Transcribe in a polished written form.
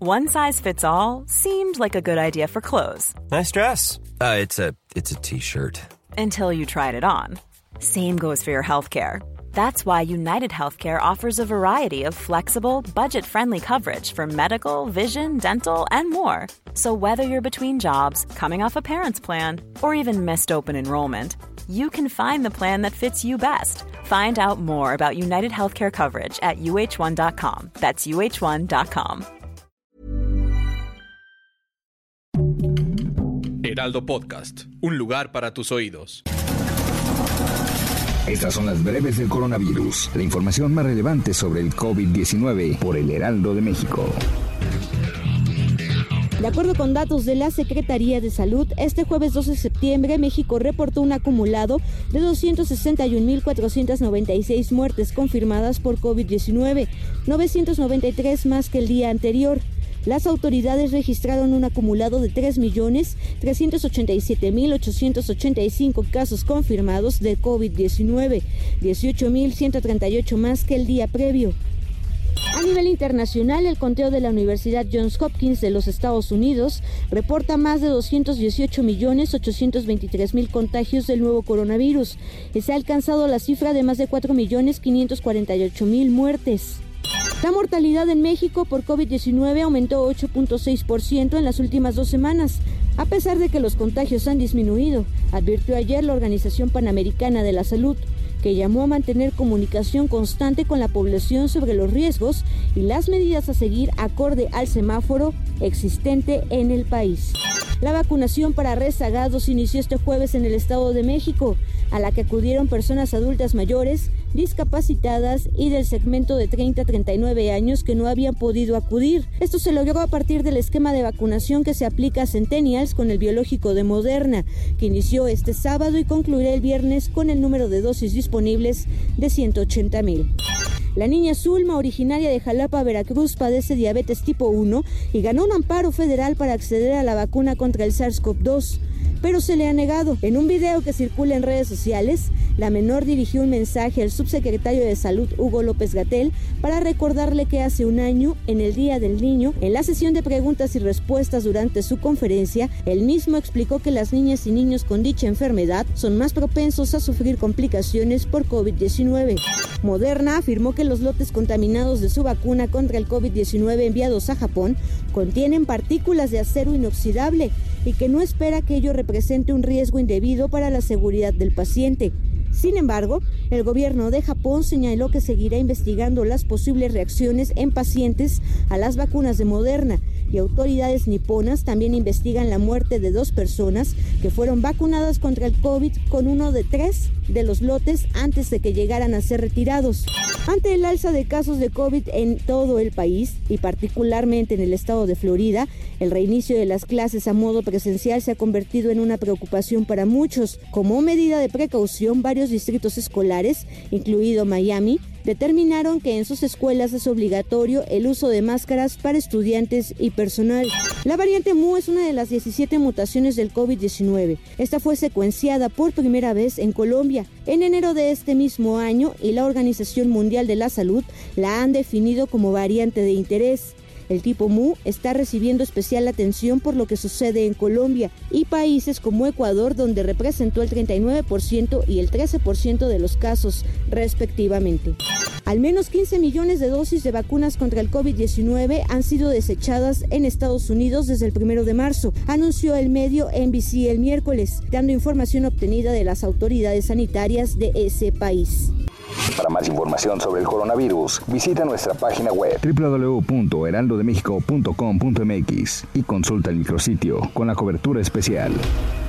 One size fits all seemed like a good idea for clothes. Nice dress. It's a t-shirt. Until you tried it on. Same goes for your healthcare. That's why United Healthcare offers a variety of flexible, budget-friendly coverage for medical, vision, dental, and more. So whether you're between jobs, coming off a parent's plan, or even missed open enrollment, you can find the plan that fits you best. Find out more about United Healthcare coverage at uh1.com. That's uh1.com. Heraldo Podcast, un lugar para tus oídos. Estas son las breves del coronavirus, la información más relevante sobre el COVID-19 por el Heraldo de México. De acuerdo con datos de la Secretaría de Salud, este jueves 12 de septiembre, México reportó un acumulado de 261,496 muertes confirmadas por COVID-19, 993 más que el día anterior. Las autoridades registraron un acumulado de 3.387.885 casos confirmados de COVID-19, 18.138 más que el día previo. A nivel internacional, el conteo de la Universidad Johns Hopkins de los Estados Unidos reporta más de 218.823.000 contagios del nuevo coronavirus y se ha alcanzado la cifra de más de 4.548.000 muertes. La mortalidad en México por COVID-19 aumentó 8.6% en las últimas 2 semanas, a pesar de que los contagios han disminuido, advirtió ayer la Organización Panamericana de la Salud, que llamó a mantener comunicación constante con la población sobre los riesgos y las medidas a seguir acorde al semáforo existente en el país. La vacunación para rezagados inició este jueves en el Estado de México, a la que acudieron personas adultas mayores, discapacitadas y del segmento de 30 a 39 años que no habían podido acudir. Esto se logró a partir del esquema de vacunación que se aplica a Centennials con el biológico de Moderna, que inició este sábado y concluirá el viernes con el número de dosis disponibles de 180,000. La niña Zulma, originaria de Jalapa, Veracruz, padece diabetes tipo 1 y ganó un amparo federal para acceder a la vacuna contra el SARS-CoV-2, pero se le ha negado. En un video que circula en redes sociales, la menor dirigió un mensaje al subsecretario de Salud, Hugo López-Gatell, para recordarle que hace un año, en el Día del Niño, en la sesión de preguntas y respuestas durante su conferencia, él mismo explicó que las niñas y niños con dicha enfermedad son más propensos a sufrir complicaciones por COVID-19. Moderna afirmó que los lotes contaminados de su vacuna contra el COVID-19 enviados a Japón contienen partículas de acero inoxidable y que no espera que ello represente un riesgo indebido para la seguridad del paciente. Sin embargo, el gobierno de Japón señaló que seguirá investigando las posibles reacciones en pacientes a las vacunas de Moderna, y autoridades niponas también investigan la muerte de 2 personas que fueron vacunadas contra el COVID con uno de 3 de los lotes antes de que llegaran a ser retirados. Ante el alza de casos de COVID en todo el país y particularmente en el estado de Florida, el reinicio de las clases a modo presencial se ha convertido en una preocupación para muchos. Como medida de precaución, varios distritos escolares, incluido Miami, determinaron que en sus escuelas es obligatorio el uso de máscaras para estudiantes y personal. La variante Mu es una de las 17 mutaciones del COVID-19. Esta fue secuenciada por primera vez en Colombia en enero de este mismo año y la Organización Mundial de la Salud la han definido como variante de interés. El tipo Mu está recibiendo especial atención por lo que sucede en Colombia y países como Ecuador, donde representó el 39% y el 13% de los casos, respectivamente. Al menos 15 millones de dosis de vacunas contra el COVID-19 han sido desechadas en Estados Unidos desde el 1 de marzo, anunció el medio NBC el miércoles, dando información obtenida de las autoridades sanitarias de ese país. Para más información sobre el coronavirus, visita nuestra página web www.heraldodemexico.com.mx y consulta el micrositio con la cobertura especial.